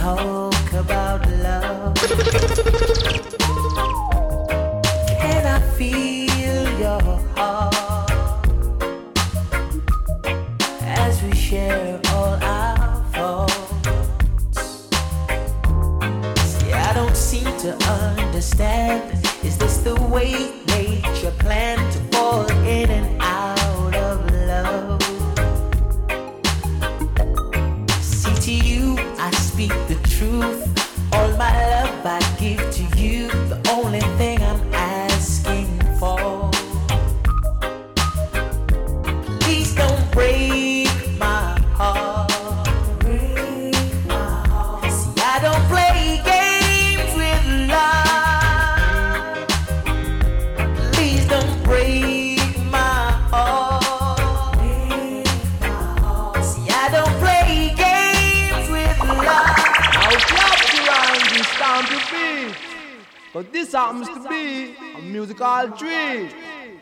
talk about love. Can I feel your heart as we share all our thoughts? See, I don't seem to understand. Is this the way nature planned to fall in and out of love? See, to you I speak the truth. All my love I give to you. The only thing I'm asking for, please don't break my heart. See, I don't play games with love. Please don't break my heart. See, I don't play games with love. Now clap your hands and stamp your feet, 'cause this happens to be a musical treat.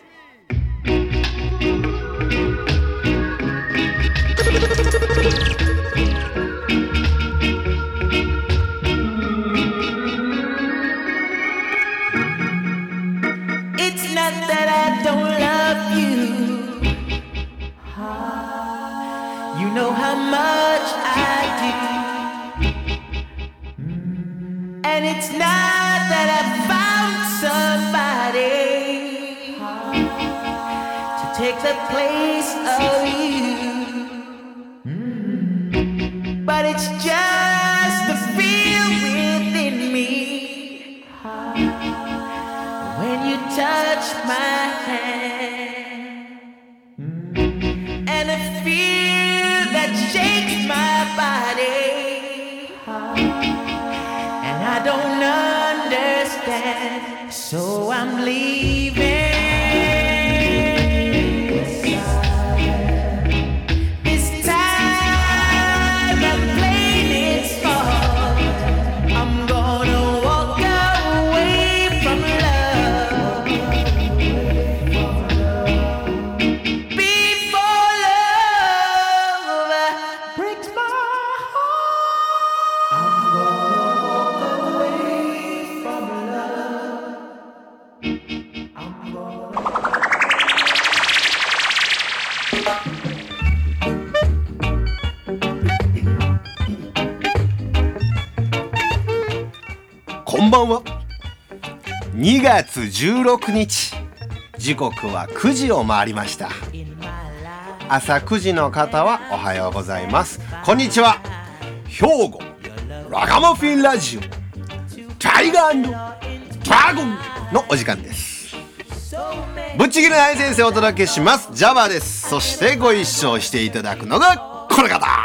It's not that I don't love you. You know how much I do. And it's not that I found somebody to take the place of you. But it's just the feel within me when you touch my hand, and a feel that shakes my body, and I don't understand, so I'm leaving. This time I'm playing it smart. I'm gonna walk away from love before love breaks my heart. I'm gonna walk away from love. I'm gonna. こんばんは。2月16日、時刻は9時を回りました。朝9時の方はおはようございます。こんにちは。兵庫ラガマフィンラジオタイガー&ドラゴンのお時間です。ぶっちぎりの大先生をお届けします。ジャバです。そしてご一緒していただくのがこの方、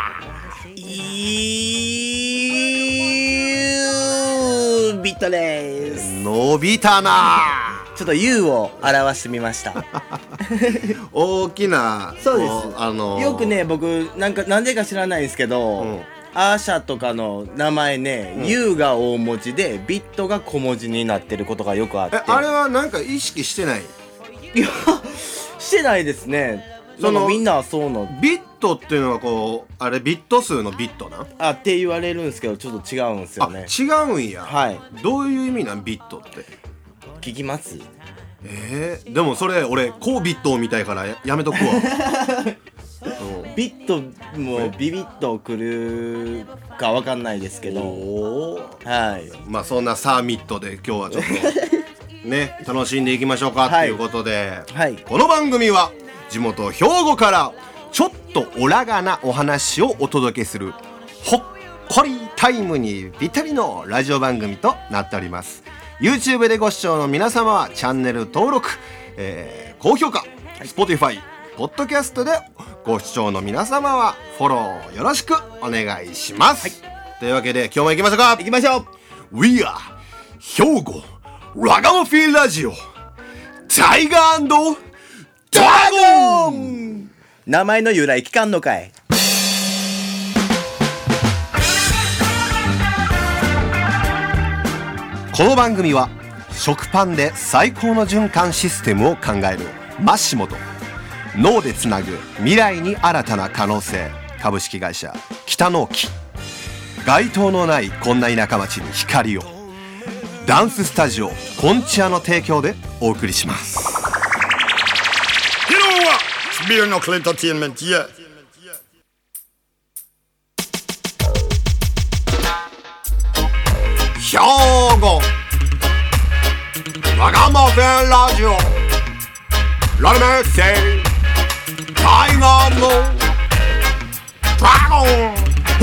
ビットです。 伸びたな。 ちょっと U を表してみました大きな。 そうです。よくね、僕なんでか知らないんですけど、アーシャとかの名前ね、U が大文字でビットが小文字になってることがよくあって。 あれはなんか意識してない？ いやしてないですね。みんなはそうのビットっていうのはこうあれビット数のビットなって言われるんですけど、ちょっと違うんですよね。 違うんや。 はい。 どういう意味なんビットって聞きます？ でもそれ俺こうビットみたいからやめとくわビットもビビッとくるかわかんないですけど、はい。 まあそんなサーミットで今日はちょっとね楽しんでいきましょうかということで、 はい、 この番組は地元兵庫からちょっとオラガなお話をお届けするほっこりタイムにぴったりのラジオ番組となっております。 YouTube でご視聴の皆様はチャンネル登録、高評価、Spotify、ポッドキャストでご視聴の皆様はフォローよろしくお願いします、というわけで今日も行きましょうか。 行きましょう。 We are 兵庫ラガマフィンラジオタイガー&ドラゴン。 名前の由来聞かんのかい。 この番組は食パンで最高の循環システムを考えるマッシモと脳でつなぐ未来に新たな可能性株式会社北農機、 街灯のないこんな田舎町に光を。ダンススタジオコンチアの提供でお送りします。 You know what? It's Beer Knuckle Entertainment, yeah. 兵庫わがまフェンラジオラルメッセタイガーのドラゴン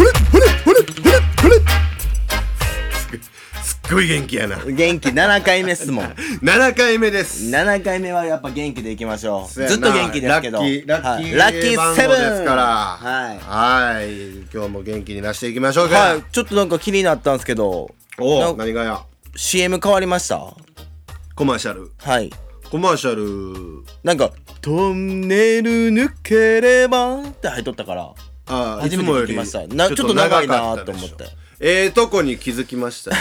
すっごい元気やな。 元気7回目っすもん。 7回目です。 7回目はやっぱ元気でいきましょう。 ずずっと元気ですけど。 ラッキーバンドですから。はい。今日も元気になしていきましょうか。 はい。ちょっとなんか気になったんですけど。 お、何がや。 CM 変わりました？ コマーシャル。 はい。 コマーシャル。 なんかトンネル抜ければって入っとったから。 ああ、 初めて聞きました。ちょっと長いなと思って。 とこに気づきました。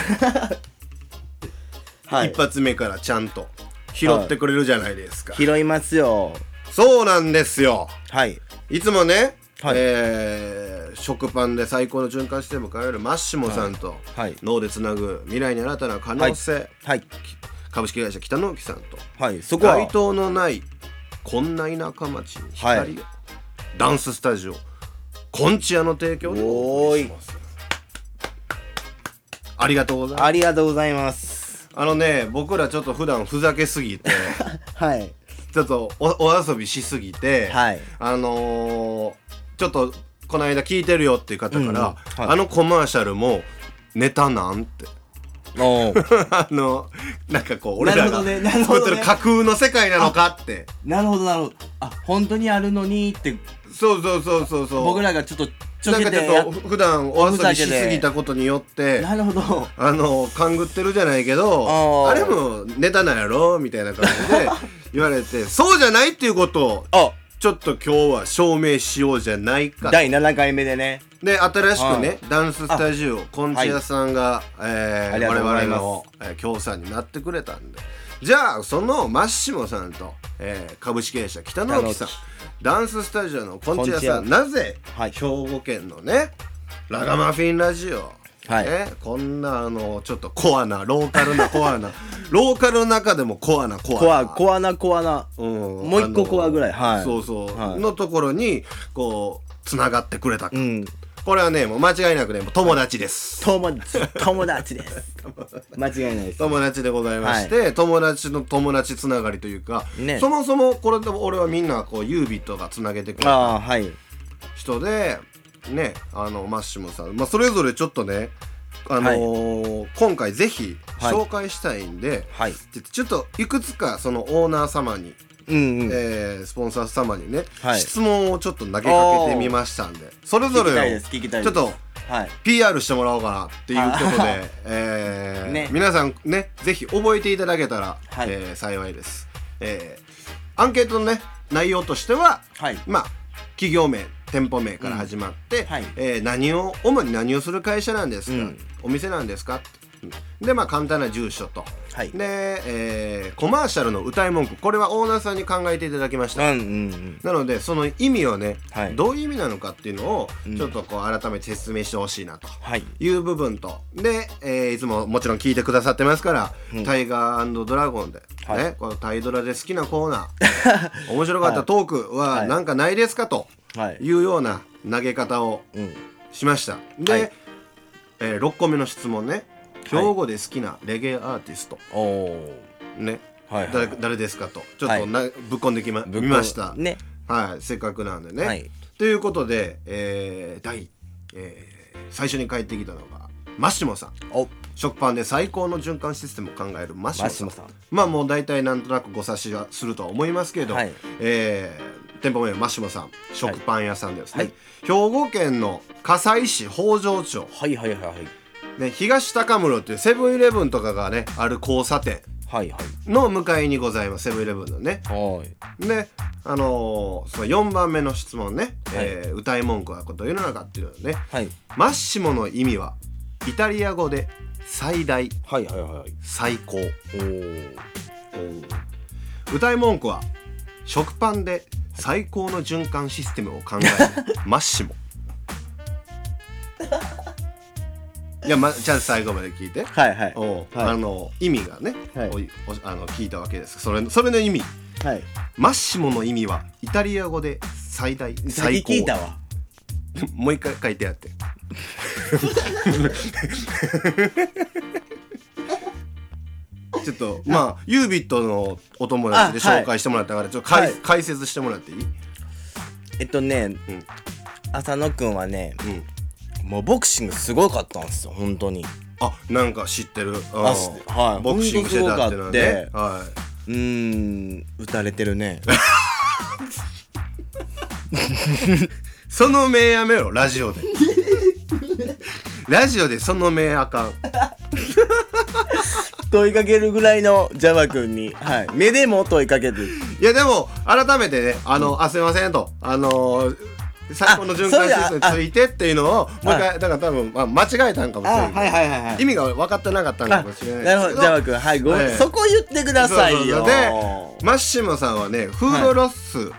はい。 一発目からちゃんと拾ってくれるじゃないですか。 拾いますよ。 そうなんですよ。 はい。 いつもね、 はい、 食パンで最高の循環システムを変えるマッシモさんと、 はい、 脳でつなぐ未来に新たな可能性、 はいはい、 株式会社北之木さんと、 はい、そこは街灯のないこんな田舎町に光を、はい、ダンススタジオコンチアの提供でお送りします。ありがとうございます。 ありがとうございます。 僕らちょっと普段ふざけすぎてはいちょっと お遊びしすぎて、 はい、 ちょっとこの間聞いてるよっていう方から、 はい、 コマーシャルもネタなんてなんかこう俺らが作ってる架空の世界なのかって。 なるほどなるほど。あ、本当にあるのにって。 そう僕らがちょっとなんかちょっと普段お遊びしすぎたことによってなるほど勘ぐってるじゃないけど、あれもネタなんやろみたいな感じで言われてそうじゃないっていうことをちょっと今日は証明しようじゃないか。 第7回目でね。 で新しくねダンススタジオコンチアさんが、我々の、協賛になってくれたんで、じゃあそのマッシモさんと、株式会社北之木さんダンススタジオのコンチアさん、なぜ、兵庫県のねラガマフィンラジオ、こんなちょっとコアなローカルなコアなローカルの中でもコアなコアな、もう一個コアぐらい、 そうそう、のところにこうつながってくれた、これはねもう間違いなくねもう友達です。 友達です間違いないです。 友達でございまして、友達の友達つながりというか、そもそもこれで俺はみんなこうユービットがつなげてくれた人でね、マッシモさん、それぞれちょっとね今回ぜひ紹介したいんで、ちょっといくつかそのオーナー様にスポンサー様にね、質問をちょっと投げかけてみましたんで、それぞれをちょっと PR してもらおうかなっていうことで、皆さんねぜひ覚えていただけたら、幸いです。アンケートのね内容としては、企業名店舗名から始まって、主に何をする会社なんですか、お店なんですかってで簡単な住所と、で、コマーシャルの歌い文句、これはオーナーさんに考えていただきました、なのでその意味をね、どういう意味なのかっていうのをちょっとこう改めて説明してほしいなという部分と、で、いつももちろん聞いてくださってますから、タイガー&ドラゴンで、このタイドラで好きなコーナー面白かったトークはなんかないですかというような投げ方をしました。で、6個目の質問ね、兵庫で好きなレゲエアーティスト、ね、誰ですかとちょっとぶっ込んでみました、せっかくなんでね、ということで、最初に帰ってきたのがマッシモさん。食パンで最高の循環システムを考えるマッシモさん。もう大体なんとなくご察しはするとは思いますけど、店舗名はマッシモさん、食パン屋さんですね、兵庫県の加西市北条町、東高室っていうセブンイレブンとかがねある交差点の向かいにございます。セブンイレブンのね。でその4番目の質問ね、歌い文句はどういうのかっていうのね、マッシモの意味はイタリア語で最大、最高。歌い文句は食パンで最高の循環システムを考えるマッシモ。 いや、ちゃんと最後まで聞いて。 はいはい意味がね、 はい聞いたわけです。それの意味、 はい。 マッシモの意味はイタリア語で最大、 さっき聞いたわ。 もう一回書いてあってちょっとまあユービットのお友達で紹介してもらったからちょっと解説してもらっていい？ 浅野くんはね、もうボクシングすごかったんですよ、本当に。 あ、なんか知ってる。 はい。 ボクシングしてたってのはね。 はい。打たれてるね。 その目やめろ、ラジオで。ラジオでその目あかん。 問いかけるぐらいのジャバくんに、はい、目でも問いかけて。 いやでも改めてね、すいませんと最高の循環システムについてっていうのをもう一回、だから多分、間違えたんかもしれない。意味が分かってなかったんかもしれない。 なるほど、ジャバくん、はい、ごめん、そこ言ってくださいよ。 で、マッシモさんはね、フードロス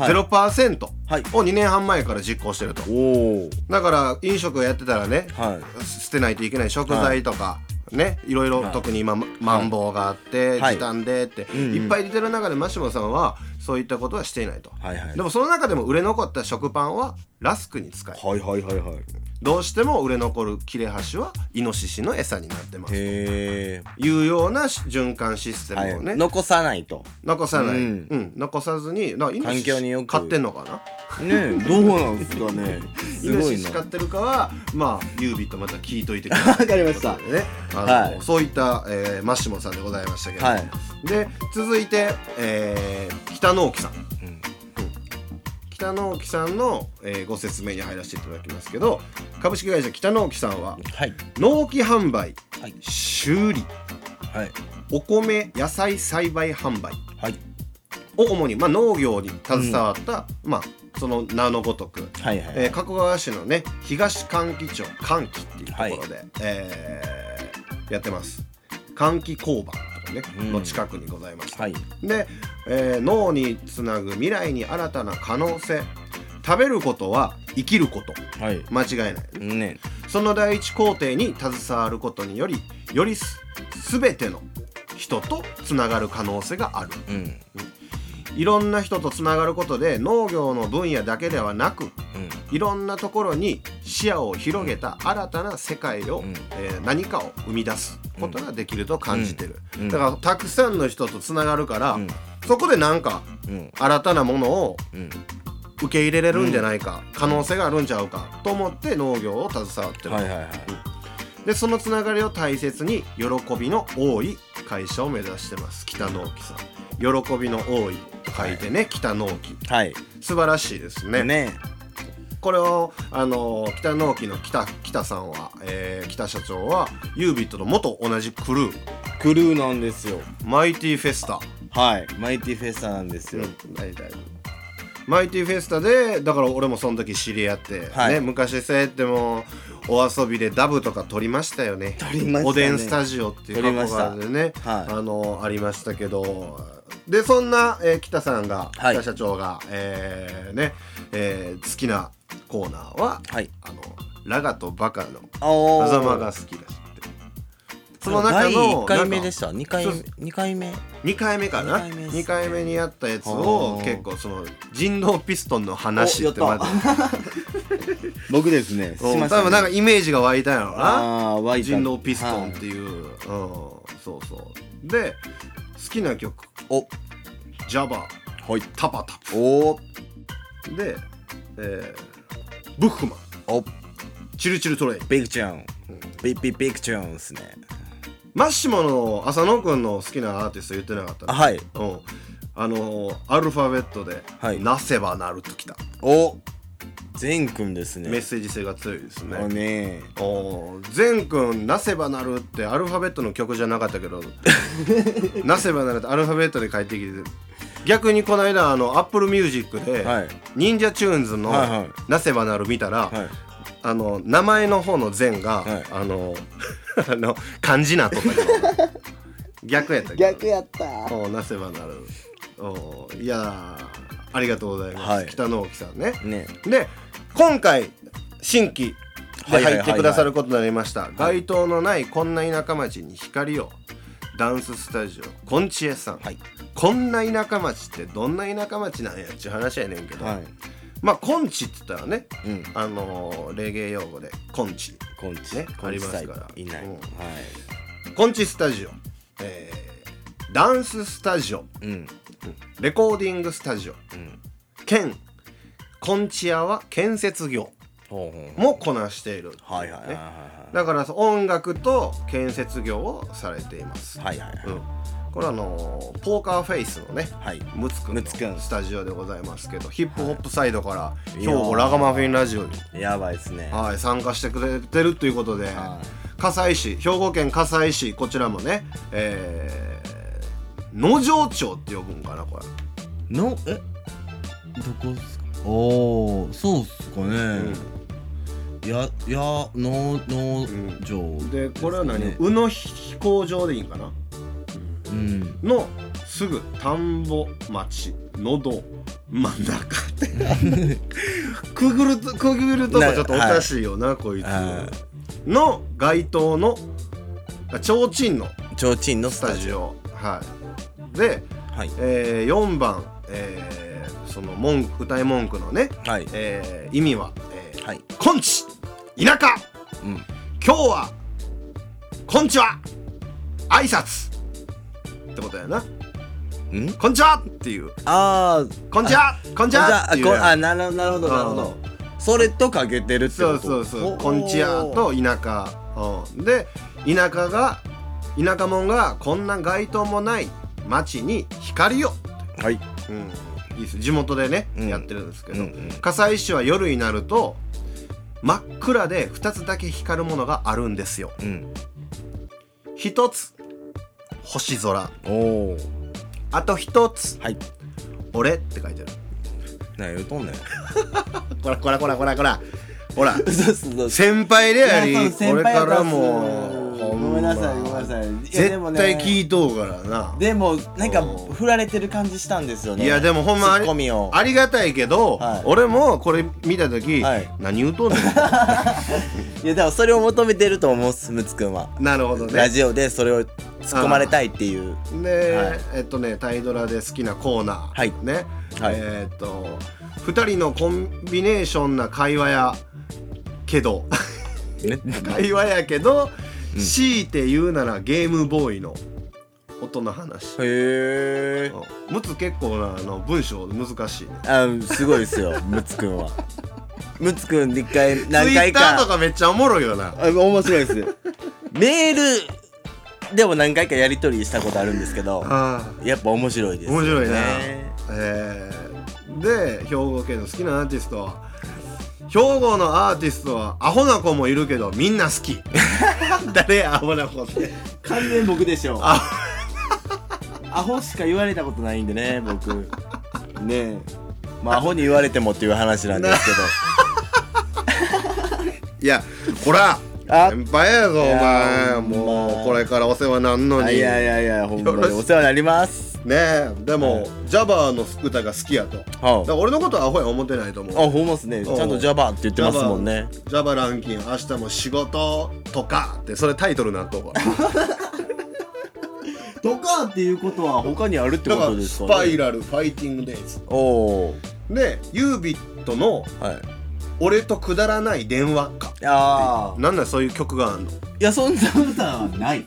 0% を2年半前から実行してると。だから飲食をやってたらね、捨てないといけない食材とかね、いろいろ、特に今マンボウがあって時短でっていっぱい出てる中でマッシモさんはそういったことはしていないと。でもその中でも売れ残った食パンはラスクに使い、どうしても売れ残る切れ端はイノシシの餌になってますというような循環システムをね、 残さないと。 残さない、残さずに、イノシシ飼ってんのかなね。どうなんですかね。 イノシシ飼ってるかはまあユービットまた聞いといてください。 わかりました。 そういったマッシモさんでございましたけど、で続いて北直樹さん、北直樹さんのご説明に入らせていただきますけど、株式会社北直樹さんは農機販売、修理、お米野菜栽培販売を主に、農業に携わった、その名のごとく、加古川市のね東柑橘町柑橘っていうところで、やってます。柑橘工場とかね、の近くにございます。で、脳につなぐ未来に新たな可能性、食べることは生きること、間違いないね。その第一工程に携わることにより全ての人とつながる可能性がある。いろんな人とつながることで農業の分野だけではなく、いろんなところに視野を広げた新たな世界を、何かを生み出すことができると感じてる。だからたくさんの人とつながるから、そこでなんか、新たなものを、受け入れれるんじゃないか、可能性があるんちゃうかと思って農業を携わってる。でそのつながりを大切に喜びの多い会社を目指してます。北直樹さん、喜びの多いと書いてね、北直樹、素晴らしいですね。これを北直樹の北さんは、北社長はユービットと元同じクルーなんですよ。 マイティフェスタ、 マイティフェスタなんですよ。 マイティフェスタで、だから俺もその時知り合って、昔そうやってもお遊びでダブとか撮りましたよね。おでんスタジオっていうところでね、ありましたけど、でそんな、北さんが、北社長が、好きなコーナーは、ラガとバカの狭間が好きだし、その中の 1回目でした。2回目かな。2回目にやったやつを結構その人狼ピストンの話ってまで僕ですね。 多分なんかイメージが湧いたんやろな。人狼ピストンっていう、そうで好きな曲ジャバタパタプで、ブッフマンチルチルトレイン、 ビッグチューン、ビッグチューンですね。 マッシモの浅野くんの好きなアーティスト言ってなかった？アルファベットでなせばなるときた。 善くんですね。 メッセージ性が強いですね。善くんなせばなるってアルファベットの曲じゃなかったけどなせばなるってアルファベットで書いてきて、逆にこの間アップルミュージックで、忍者チューンズのなせばなる見たら、名前の方の善が、漢字なとか逆やったなせばなる。いやありがとうございます、北直樹さんね。で今回新規で入ってくださることになりました。街灯のないこんな田舎町に光を、ダンススタジオこんちえさん、こんな田舎町ってどんな田舎町なんやっちゅう話やねんけど、まあコンチって言ったらね、レゲエ用語でコンチねありますから、 いない、 コンチスタジオ、ダンススタジオ、レコーディングスタジオ、兼コンチ屋は建設業もこなしている、だから音楽と建設業をされています。これはポーカーフェイスのね、ムツくんのスタジオでございますけど、ヒップホップサイドから兵庫ラガマフィンラジオにやばいですね、 参加してくれてるということで、加西市、兵庫県加西市、こちらもね、野城町って呼ぶんかな、これどこっすか。おー、そうっすかね、農場で、これは何、宇野飛行場でいいんかな、のすぐ田んぼ町のど真ん中ってくぐるとこちょっとおかしいよな、こいつの街灯の提灯のスタジオ、で、4番、その歌い文句のね、意味は、こんち田舎、今日はこんちは挨拶ってことやな。こんにちはっていう。こんにちはこんにちはっていう。 なるほど。それとかけてるってこと。 そう。こんにちはと田舎。で、田舎者がこんな街灯もない町に光を。いいです。地元でね、やってるんですけど、加西市は夜になると真っ暗で2つだけ光るものがあるんですよ。1つ星空、あと1つ、俺って書いてある。 何言うとんねんこらほら先輩であり、これからもごめんなさい絶対聞いとうからな。 でもなんか振られてる感じしたんですよね。 いやでもほんまありがたいけど、俺もこれ見た時、何言うとんねんいやでもそれを求めてると思う、ムツくんは。なるほどね。ラジオでそれを突っ込まれたいっていう。 で、タイドラで好きなコーナー、ね、2人のコンビネーションな会話やけど会話やけど、強いて言うならゲームボーイの音の話。 へえ。 ムツ結構な文章難しいね。 すごいですよムツくんは。ムツくんで一回何回か。 ツイッターとかめっちゃおもろいよな。 面白いです。メールでも何回かやり取りしたことあるんですけど、やっぱ面白いです。 面白いね。で、兵庫県の好きなアーティストは、兵庫のアーティストはアホな子もいるけどみんな好き。誰やアホな子って。 完全僕でしょ。アホしか言われたことないんでね、僕ね。アホに言われてもっていう話なんですけど。いや、ほら先輩やぞお前、もうこれからお世話なんのに。 いやほんまにお世話になりますね。えでも、ジャバーの歌が好きやと、だから俺のことはアホや思ってないと思う。 ほんまっすね。ちゃんとジャバーって言ってますもんね。 ジャバランキン明日も仕事とかって、それタイトルなっとうわ。 とかっていうことは他にあるってことですかね。 スパイラルファイティングデイズで、ユービットの俺とくだらない電話か。なんだそういう曲があんの。いや、そんな歌はない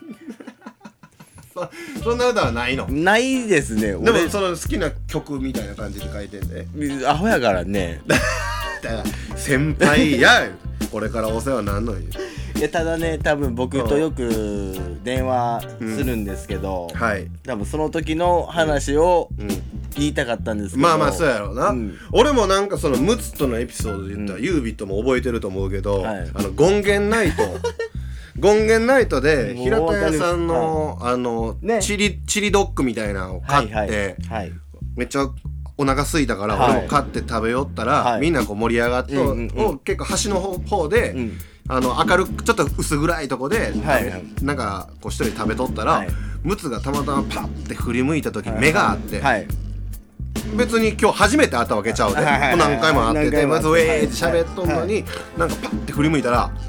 そんな歌はないの。 ないですね。 でもその好きな曲みたいな感じで書いてんで。 アホやからね。 だから先輩やこれからお世話なんのに。 いや、ただね、多分僕とよく電話するんですけど、多分その時の話を言いたかったんですけど、 まあそうやろうな。俺もなんかそのムツとのエピソードで言ったら、ユービットも覚えてると思うけど、ゴンゲンナイトゴンゲンナイトで平田屋さんのチリドッグみたいなのを買って、めっちゃお腹空いたから俺も買って食べよったら、みんなこう盛り上がって、結構端の方で明るくちょっと薄暗いとこでなんかこう一人食べとったら、ムツがたまたまパッて振り向いた時目があって、別に今日初めて会ったわけちゃうで、何回も会ってて、まずウェーって喋っとんのに、なんかパッて振り向いたら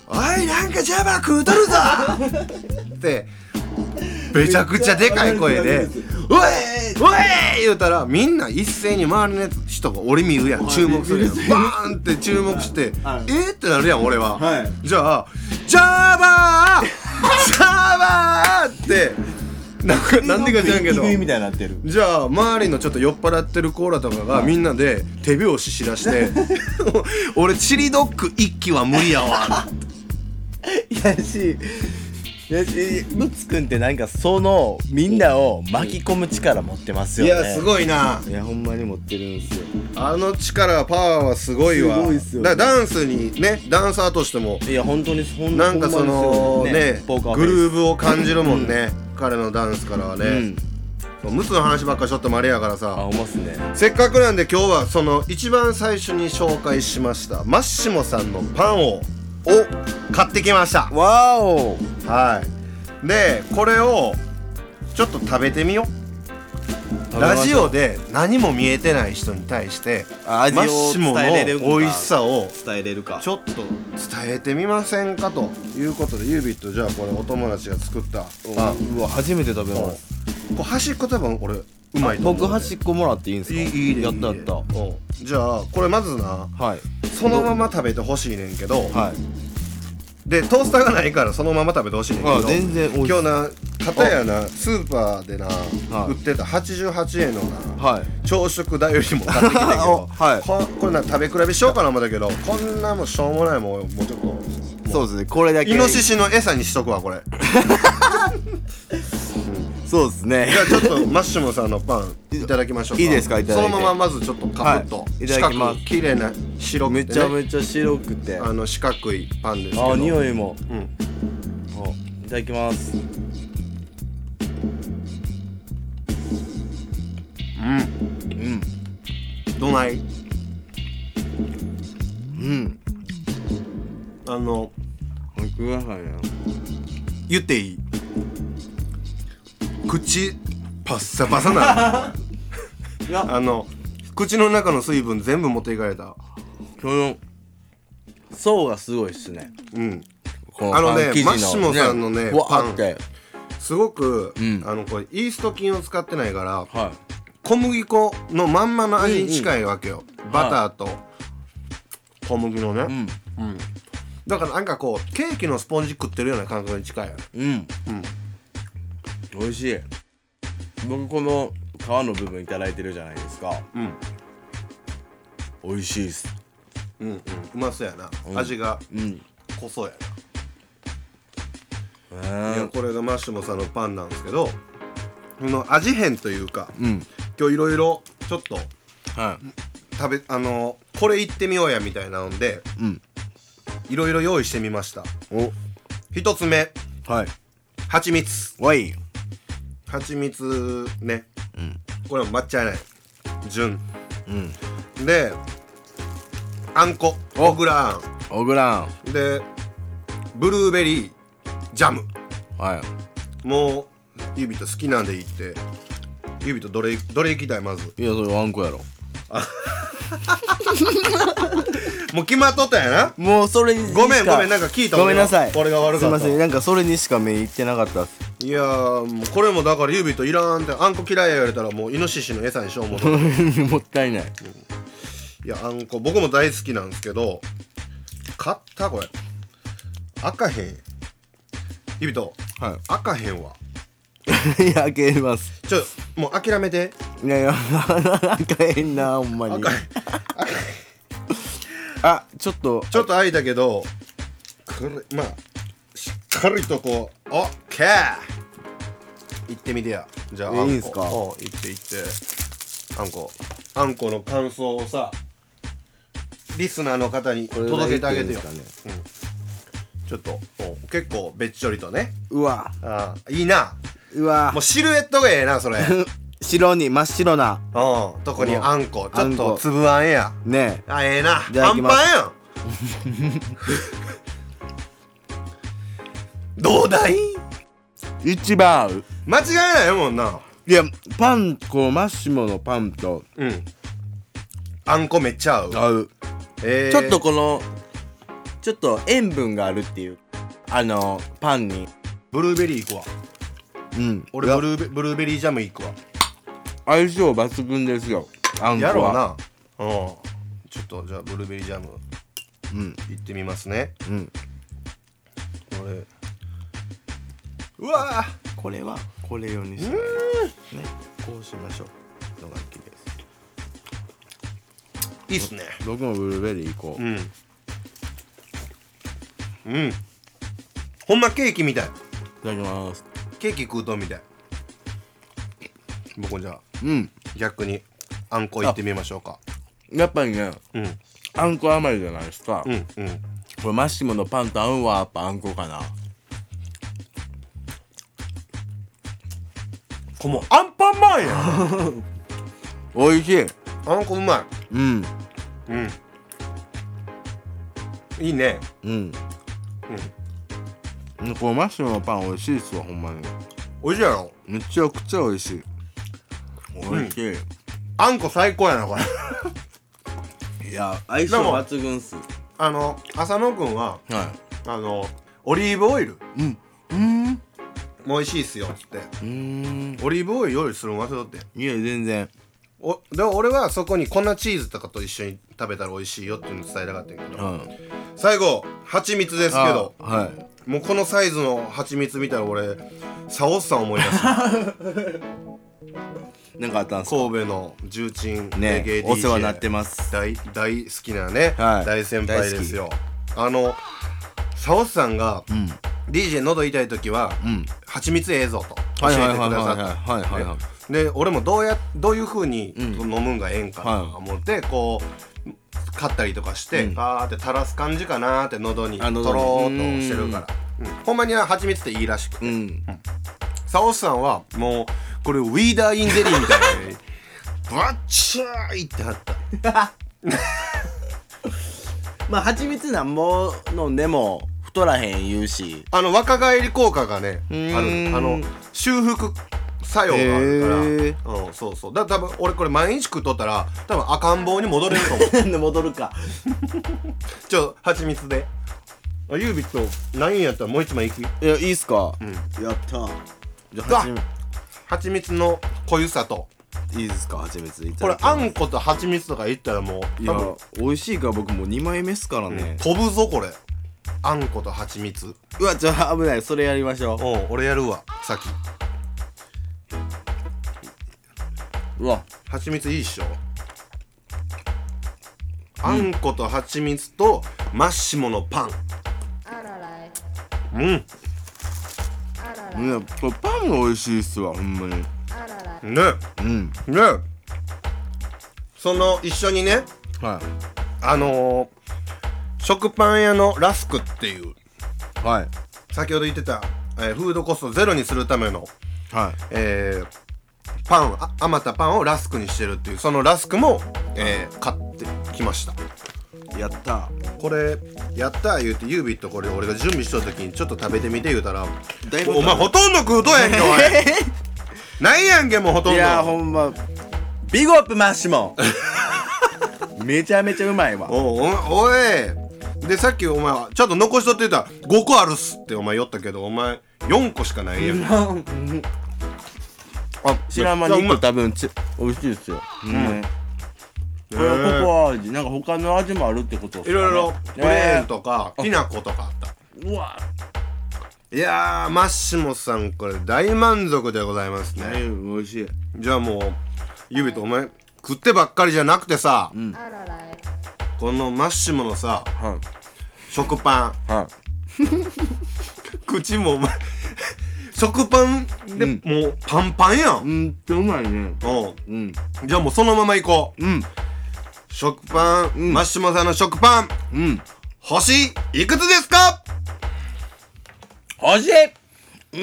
おいなんかジャバ食うとるぞってめちゃくちゃでかい声でおいおい言うたらみんな一斉に周りの人が俺見るやん、注目するやん、バーンって注目して、ってなるやん俺は、じゃあジャバージャバーってなんでか知らんけどみたいになってる。 じゃあ周りのちょっと酔っ払ってるコーラとかがみんなで手拍子しだして俺チリドッグ一機は無理やわやしムツくんってなんかそのみんなを巻き込む力持ってますよね。 いやすごいな。 いやほんまに持ってるんですよ。 あの力パワーはすごいわ。 すごいっすよね。 だからダンスにねダンサーとしてもいや本当になんかそのねググルーブを感じるもんね、彼のダンスからはね、ムツの話ばっかりしょってもあれやからさ、 思いますね。 せっかくなんで今日はその一番最初に紹介しましたマッシモさんのパンを買ってきました。 わーお。 はい。でこれをちょっと食べてみよう。ラジオで何も見えてない人に対してマッシモの美味しさを伝えれるかちょっと伝えてみませんかということで、ユービットじゃあこれお友達が作ったパン。 うわ初めて食べます。 これ端っこ多分俺うまいと思う。 僕端っこもらっていいんですか？ いいでやったやった。 じゃあこれまずな、そのまま食べてほしいねんけど、でトースターがないからそのまま食べてほしいねんけど、 全然美味しい。 今日な片やなスーパーでな、売ってた88円のな、朝食代よりも買ってきたけどこれな食べ比べしようかな思ったけど、こんなもんしょうもないもん、もうちょっとそうですね、これだけイノシシの餌にしとくわこれそうですね。 じゃあちょっとマッシュモさんのパンいただきましょうか。 いいですか？いただいてそのまままずちょっとカプッと、 いただきます。 綺麗な白くてね、 めちゃめちゃ白くて四角いパンですけど、 匂いもいただきます。 どないくださいな。 言っていい？口パッサパサなの口の中の水分全部持っていかれた。 この層がすごいっすね。 マッシモさんのねパンってすごく、これイースト菌を使ってないから、小麦粉のまんまの味に近いわけよ、バターと小麦のね、だからなんかこうケーキのスポンジ食ってるような感覚に近いよね。 美味しい。僕この皮の部分いただいてるじゃないですか。美味しいっす。 うまそうやな、味が濃そうやな。いやこれがマッシュモさんのパンなんですけど、この味変というか、今日いろいろちょっとこれいってみようやみたいなのでいろいろ用意してみました。一つ目、蜂蜜。蜂蜜ね、これも抹茶やない純、であんこ、小倉あんでブルーベリージャム。もうユビと好きなんでいいって。ユビとどれいきたい？まずいやそれあんこやろ。 もう決まっとったんやな。 もうそれにしかごめんなんか聞いた。 ごめんなさい、 俺が悪かった。 すいません、なんかそれにしか目いってなかったっす。 いやもうこれもだからユビといらんって、あんこ嫌いや言われたらもうイノシシの餌にしようもんもったいない。 いやあんこ僕も大好きなんですけど、買ったこれ開かへん。ユビと開かへんわ。 いや開けます。 もう諦めて。 いや開かへんなほんまに。ちょっと開いたけど、これまあしっかりとこうオッケーいってみてや。じゃああんこいいんすか？ いってあんこの感想をさリスナーの方に届けてあげてよ。ちょっと結構べっちょりとね。 うわいいな。 うわもうシルエットがええなそれ白に真っ白なとこにあんこちょっと粒あんやねえ。ええな。 パンパンやんどうだい？ 一番合う。 間違いないもんな。 いやパンこうマッシモのパンとあんこめっちゃ合う。 ちょっとこのちょっと塩分があるっていうパンに。 ブルーベリーいくわ。俺いやブルーベリージャムいくわ。 相性抜群ですよ、あんこは。 やろうな。ちょっとじゃあブルーベリージャムいってみますね。これうわこれはこれ用にしてね、こうしましょうのが綺麗です。 いいっすね。 僕もブルーベリーいこう。 ほんまケーキみたい。 いただきます。 ケーキ食うとんみたい。僕じゃあ逆にあんこいってみましょうか。 やっぱりね、あんこ甘いじゃないですか。これマッシモのパンと合うはやっぱあんこかな。 これもうアンパンマンやん。 おいしい。 あんこうまい。いいね。 このマッシモのパンおいしいっすわ、ほんまに。 おいしいやろ。 めちゃくちゃおいしい。おいしい。 あんこ最高やなこれ。 いや、相性抜群っす。 浅野くんははオリーブオイルもう美味しいっすよっつってオリーブオイル用意するの忘れとって。 い。いや、全然。 で俺はそこに粉チーズとかと一緒に食べたら美味しいよっていうのを伝えたかったんやけど、最後蜂蜜ですけど、もうこのサイズの蜂蜜見たら俺サオッさん思い出す。 なんかあったんすか。 神戸の重鎮ね、 レゲエ DJ お世話になってます。 大好きなね、 はい大先輩ですよ。サオッさんが、DJ 喉痛い時は、蜂蜜ええぞと教えてくださったで、俺もどういう風に飲むんがええんかなと思って、こう買ったりとかして、パーって垂らす感じかなーって喉にとろーっとしてるから、ほんまに蜂蜜っていいらしくて、サオさんはもうこれウィーダーインゼリーみたいにバッチャーいってはった。 まあ蜂蜜なんぼ飲んでも太らへん言うし、 若返り効果がねある。修復作用があるから、そうそう。だから多分俺これ毎日食っとったら多分赤ん坊に戻れると思う。 戻るか。 蜂蜜でユービットないんやったらもう一枚いき。 いや、いいっすか。やったー。じゃあ蜂蜜の濃ゆさと、 いいですか、蜂蜜いたこれだきます。 あんこと蜂蜜とかいったらもういや、美味しいから僕もう2枚目っすからね。 飛ぶぞこれ。あんこと蜂蜜。 うわ、危ない。それやりましょう。 俺やるわ先。 うわ、 蜂蜜いいっしょ。あんこと蜂蜜とマッシモのパン。 いや、これパンが美味しいっすわ、ほんまに。 ねその一緒にね、食パン屋のラスクっていう、先ほど言ってた、フードコストゼロにするための、パン、余ったパンをラスクにしてるっていう、そのラスクも、買ってきました。 やったこれやったー言うて、ユービットこれ俺が準備しとる時にちょっと食べてみて言うたら、お前ほとんど食うとやんけおい。ないやんけもうほとんど。 いや、ほんまビッグアップマッシモン。めちゃめちゃうまいわ。 おいで、さっきお前はちょっと残しとって言ったら5個あるっすってお前言ったけど、お前4個しかないやん。 知らん間に1個多分美味しいですよ。これはココア味、なんか他の味もあるってことですかね。 いろいろプレーンとかきな粉とかあった。 うわ、 いやー、マッシモさんこれ大満足でございますね。 美味しい。 じゃあもうゆびとお前食ってばっかりじゃなくてさ、このマッシモのさ、食パン、口もお前食パンでもうパンパンやん。 うまいね。 じゃあもうそのままいこう。食パン、マッシモさんの食パン、星いくつですか？ 星3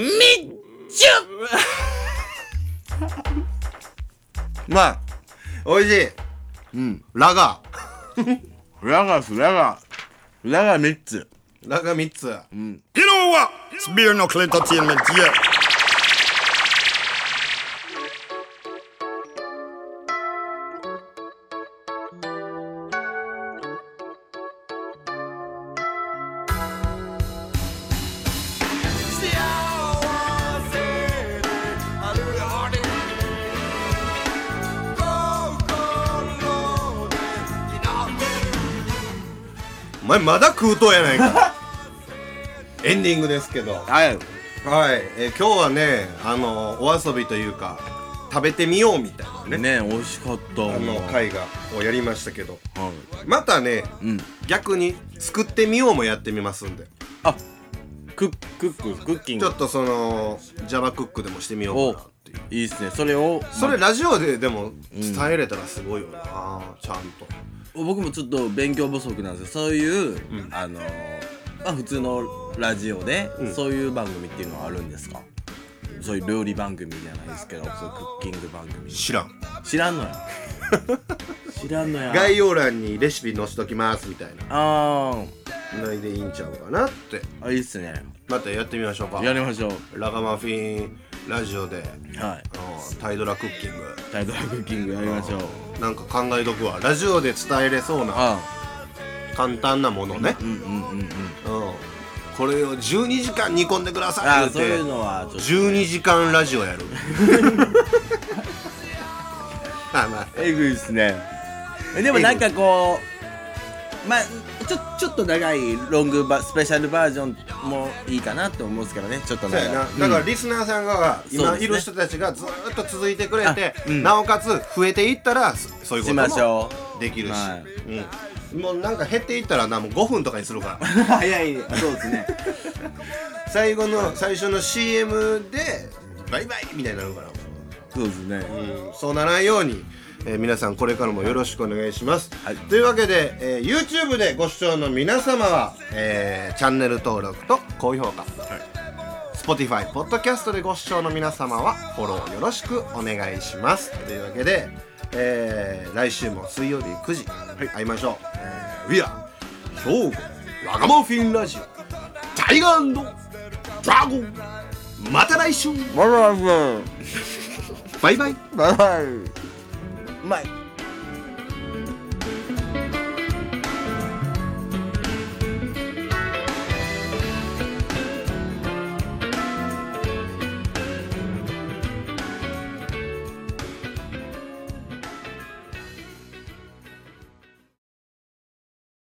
つ。 まあおいしい。ラガ 3つ。 ラガ3つ。 You know what? It's Beer Knuckle Entertainment, yeah. お前まだ食うとうやないかエンディングですけどはい。 はい、今日はねお遊びというか食べてみようみたいなねね、美味しかった会をやりましたけど、 はい、 またね、 うん、 逆に作ってみようもやってみますんで、 あ、クッキングちょっとその Java クックでもしてみようかなっていう。 いいっすね。それをそれラジオででも伝えれたらすごいよな、ちゃんと。 僕もちょっと勉強不足なんですよ。そういう、まあ普通のラジオで、そういう番組っていうのはあるんですか？そういう料理番組じゃないですけど、そういうクッキング番組。知らんのや知らんのや。 概要欄にレシピ載せときますみたいなのでいいんちゃうかなって。 いいっすね。 またやってみましょうか。 やりましょう。 ラガマフィンラジオで、 はい、 タイドラクッキングやりましょう。 なんか考えとくわ。ラジオで伝えれそうな簡単なものね。これを12時間煮込んでくださいって。 そういうのはちょっと 12時間ラジオやるえぐいっすね。でもなんかこう、まあちょっと長いロングスペシャルバージョンもいいかなと思うんですけどね。ちょっと長い。 そうやな。だからリスナーさんが今いる人たちがずっと続いてくれて、なおかつ増えていったらそういうこともできるし、もうなんか減っていったらな、もう5分とかにするから早い。そうですね最初の CM でバイバイみたいになるから。 そうですね、 そうならないように、皆さんこれからもよろしくお願いします、というわけで、YouTube でご視聴の皆様は、チャンネル登録と高評価、Spotify、ポッドキャストでご視聴の皆様はフォローよろしくお願いします。というわけで、来週も水曜日9時、会いましょう。We are 兵庫ラガマフィンラジオタイガー&ドラゴン。また来週。バイバイ。 うまい。